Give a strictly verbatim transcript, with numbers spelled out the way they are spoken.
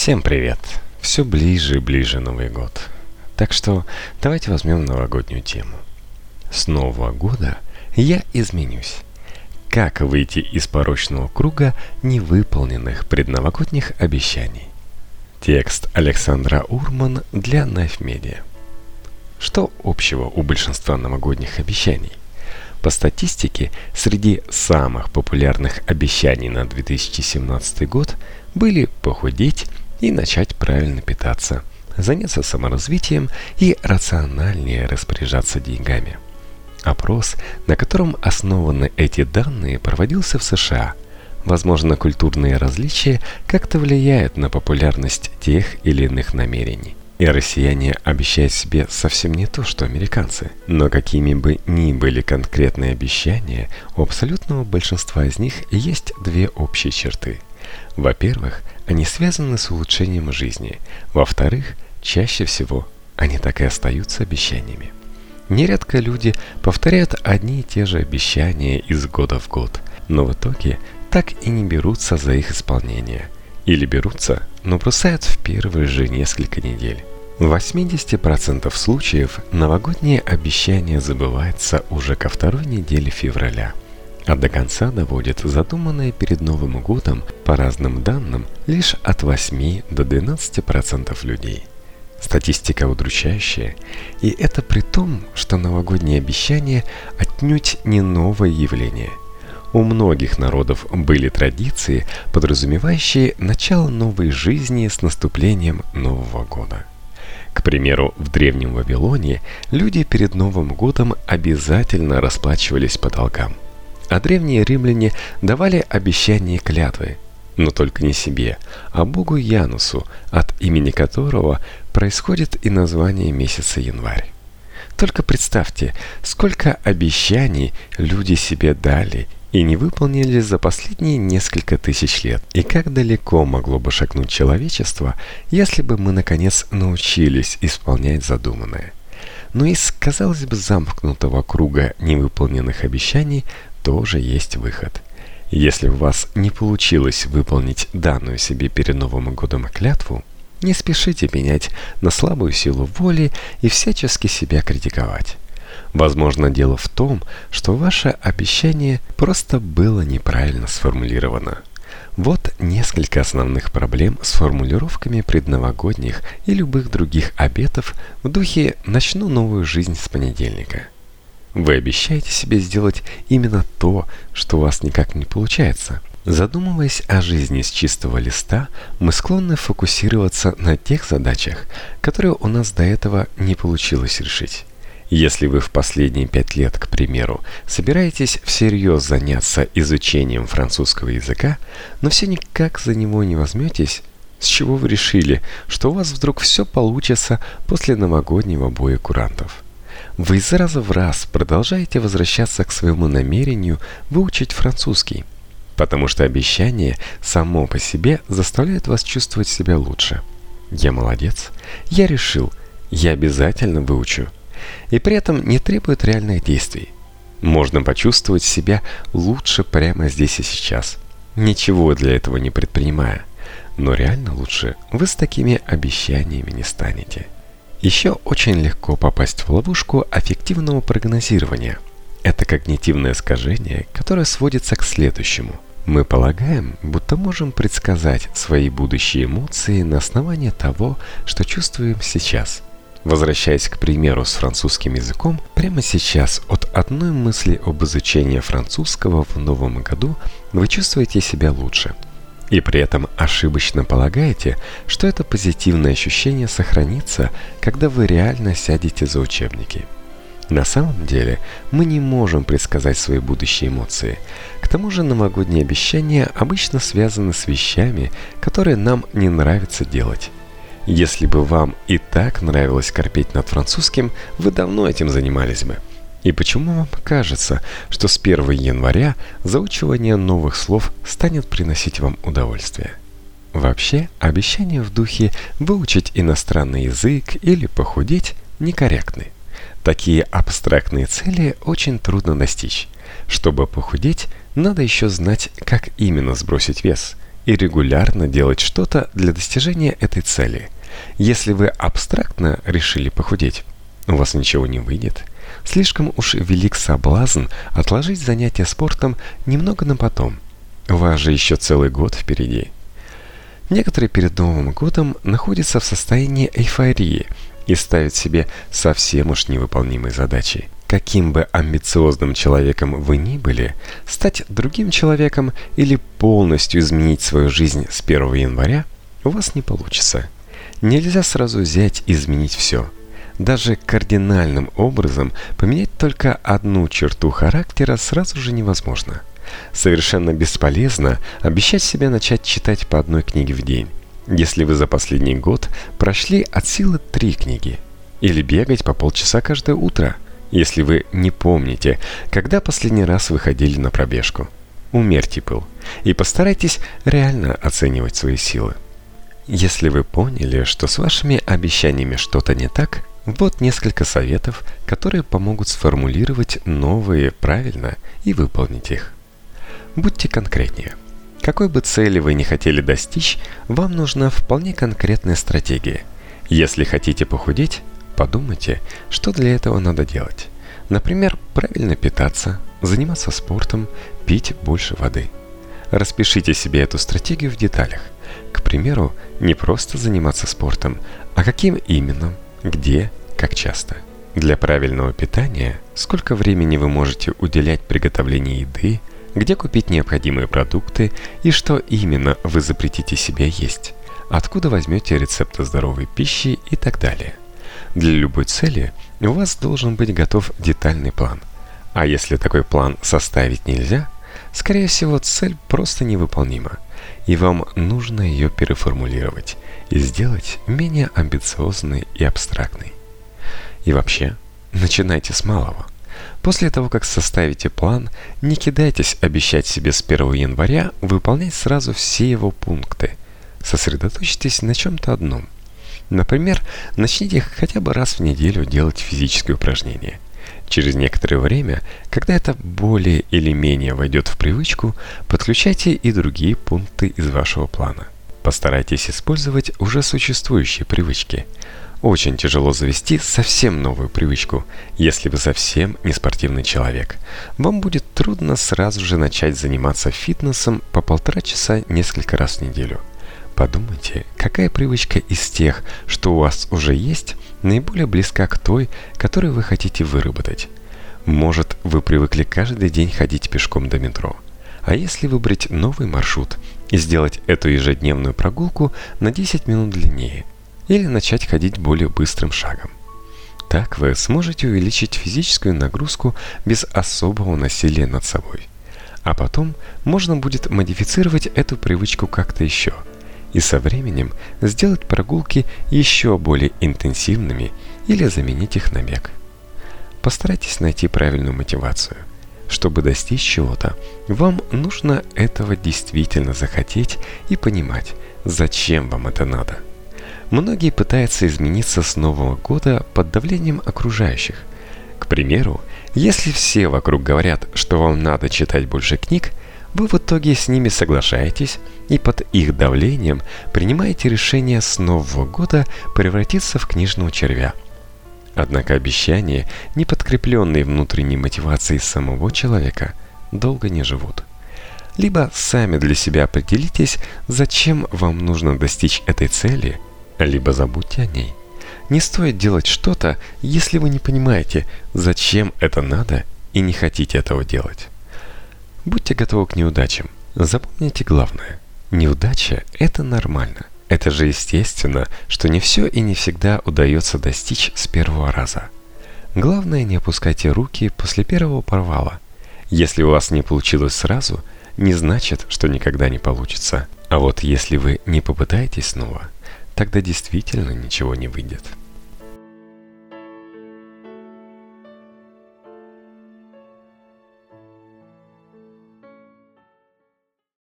Всем привет! Все ближе и ближе Новый год. Так что давайте возьмем новогоднюю тему. С Нового года я изменюсь. Как выйти из порочного круга невыполненных предновогодних обещаний? Текст Александра Урман для Knife Media. Что общего у большинства новогодних обещаний? По статистике, среди самых популярных обещаний на две тысячи семнадцатый год были похудеть и начать правильно питаться, заняться саморазвитием и рациональнее распоряжаться деньгами. Опрос, на котором основаны эти данные, проводился в США. Возможно, культурные различия как-то влияют на популярность тех или иных намерений. И россияне обещают себе совсем не то, что американцы. Но какими бы ни были конкретные обещания, у абсолютного большинства из них есть две общие черты. Во-первых, они связаны с улучшением жизни. Во-вторых, чаще всего они так и остаются обещаниями. Нередко люди повторяют одни и те же обещания из года в год, но в итоге так и не берутся за их исполнение. Или берутся, но бросают в первые же несколько недель. В восемьдесят процентов случаев новогодние обещания забываются уже ко второй неделе февраля, а до конца доводят задуманное перед Новым годом, по разным данным, лишь от восьми до двенадцати процентов людей. Статистика удручающая, и это при том, что новогодние обещания отнюдь не новое явление. У многих народов были традиции, подразумевающие начало новой жизни с наступлением Нового года. К примеру, в Древнем Вавилоне люди перед Новым годом обязательно расплачивались по долгам. А древние римляне давали обещания клятвы, но только не себе, а богу Янусу, от имени которого происходит и название месяца январь. Только представьте, сколько обещаний люди себе дали и не выполнили за последние несколько тысяч лет. И как далеко могло бы шагнуть человечество, если бы мы наконец научились исполнять задуманное. Но из, казалось бы, замкнутого круга невыполненных обещаний тоже есть выход. Если у вас не получилось выполнить данную себе перед Новым годом клятву, не спешите менять на слабую силу воли и всячески себя критиковать. Возможно, дело в том, что ваше обещание просто было неправильно сформулировано. Вот несколько основных проблем с формулировками предновогодних и любых других обетов в духе «начну новую жизнь с понедельника». Вы обещаете себе сделать именно то, что у вас никак не получается. Задумываясь о жизни с чистого листа, мы склонны фокусироваться на тех задачах, которые у нас до этого не получилось решить. Если вы в последние пять лет, к примеру, собираетесь всерьез заняться изучением французского языка, но все никак за него не возьметесь, с чего вы решили, что у вас вдруг все получится после новогоднего боя курантов? Вы из раза в раз продолжаете возвращаться к своему намерению выучить французский, потому что обещание само по себе заставляет вас чувствовать себя лучше. Я молодец, я решил, я обязательно выучу. И при этом не требует реальных действий. Можно почувствовать себя лучше прямо здесь и сейчас, ничего для этого не предпринимая. Но реально лучше вы с такими обещаниями не станете. Еще очень легко попасть в ловушку аффективного прогнозирования. Это когнитивное искажение, которое сводится к следующему. Мы полагаем, будто можем предсказать свои будущие эмоции на основании того, что чувствуем сейчас. Возвращаясь к примеру с французским языком, прямо сейчас от одной мысли об изучении французского в новом году вы чувствуете себя лучше. И при этом ошибочно полагаете, что это позитивное ощущение сохранится, когда вы реально сядете за учебники. На самом деле, мы не можем предсказать свои будущие эмоции. К тому же новогодние обещания обычно связаны с вещами, которые нам не нравится делать. Если бы вам и так нравилось корпеть над французским, вы давно этим занимались бы. И почему вам кажется, что с первого января заучивание новых слов станет приносить вам удовольствие? Вообще, обещания в духе выучить иностранный язык или похудеть некорректны. Такие абстрактные цели очень трудно достичь. Чтобы похудеть, надо еще знать, как именно сбросить вес. и регулярно делать что-то для достижения этой цели. Если вы абстрактно решили похудеть, у вас ничего не выйдет. Слишком уж велик соблазн отложить занятия спортом немного на потом. У вас же еще целый год впереди. Некоторые перед Новым годом находятся в состоянии эйфории и ставят себе совсем уж невыполнимые задачи. Каким бы амбициозным человеком вы ни были, стать другим человеком или полностью изменить свою жизнь с первого января у вас не получится. Нельзя сразу взять и изменить все. Даже кардинальным образом поменять только одну черту характера сразу же невозможно. Совершенно бесполезно обещать себе начать читать по одной книге в день, если вы за последний год прошли от силы три книги. Или бегать по полчаса каждое утро, если вы не помните, когда последний раз выходили на пробежку. Умерьте пыл и постарайтесь реально оценивать свои силы. Если вы поняли, что с вашими обещаниями что-то не так, вот несколько советов, которые помогут сформулировать новые правильно и выполнить их. Будьте конкретнее. Какой бы цели вы ни хотели достичь, вам нужна вполне конкретная стратегия. Если хотите похудеть, подумайте, что для этого надо делать. Например, правильно питаться, заниматься спортом, пить больше воды. Распишите себе эту стратегию в деталях. К примеру, не просто заниматься спортом, а каким именно, где, как часто. Для правильного питания, сколько времени вы можете уделять приготовлению еды, где купить необходимые продукты и что именно вы запретите себе есть, откуда возьмете рецепты здоровой пищи и так далее. Для любой цели у вас должен быть готов детальный план. А если такой план составить нельзя, скорее всего, цель просто невыполнима, и вам нужно ее переформулировать и сделать менее амбициозной и абстрактной. И вообще, начинайте с малого. После того, как составите план, не кидайтесь обещать себе с первого января выполнять сразу все его пункты. Сосредоточьтесь на чем-то одном. Например, начните хотя бы раз в неделю делать физические упражнения. Через некоторое время, когда это более или менее войдет в привычку, подключайте и другие пункты из вашего плана. Постарайтесь использовать уже существующие привычки. Очень тяжело завести совсем новую привычку, если вы совсем не спортивный человек. Вам будет трудно сразу же начать заниматься фитнесом по полтора часа несколько раз в неделю. Подумайте, какая привычка из тех, что у вас уже есть, наиболее близка к той, которую вы хотите выработать. Может, вы привыкли каждый день ходить пешком до метро. А если выбрать новый маршрут и сделать эту ежедневную прогулку на десять минут длиннее? Или начать ходить более быстрым шагом? Так вы сможете увеличить физическую нагрузку без особого насилия над собой. А потом можно будет модифицировать эту привычку как-то еще. И со временем сделать прогулки еще более интенсивными или заменить их на бег. Постарайтесь найти правильную мотивацию. Чтобы достичь чего-то, вам нужно этого действительно захотеть и понимать, зачем вам это надо. Многие пытаются измениться с Нового года под давлением окружающих. К примеру, если все вокруг говорят, что вам надо читать больше книг, вы в итоге с ними соглашаетесь и под их давлением принимаете решение с Нового года превратиться в книжного червя. Однако обещания, не подкрепленные внутренней мотивацией самого человека, долго не живут. Либо сами для себя определитесь, зачем вам нужно достичь этой цели, либо забудьте о ней. Не стоит делать что-то, если вы не понимаете, зачем это надо и не хотите этого делать. Будьте готовы к неудачам. Запомните главное. Неудача – это нормально. Это же естественно, что не все и не всегда удается достичь с первого раза. Главное, не опускайте руки после первого провала. Если у вас не получилось сразу, не значит, что никогда не получится. А вот если вы не попытаетесь снова, тогда действительно ничего не выйдет.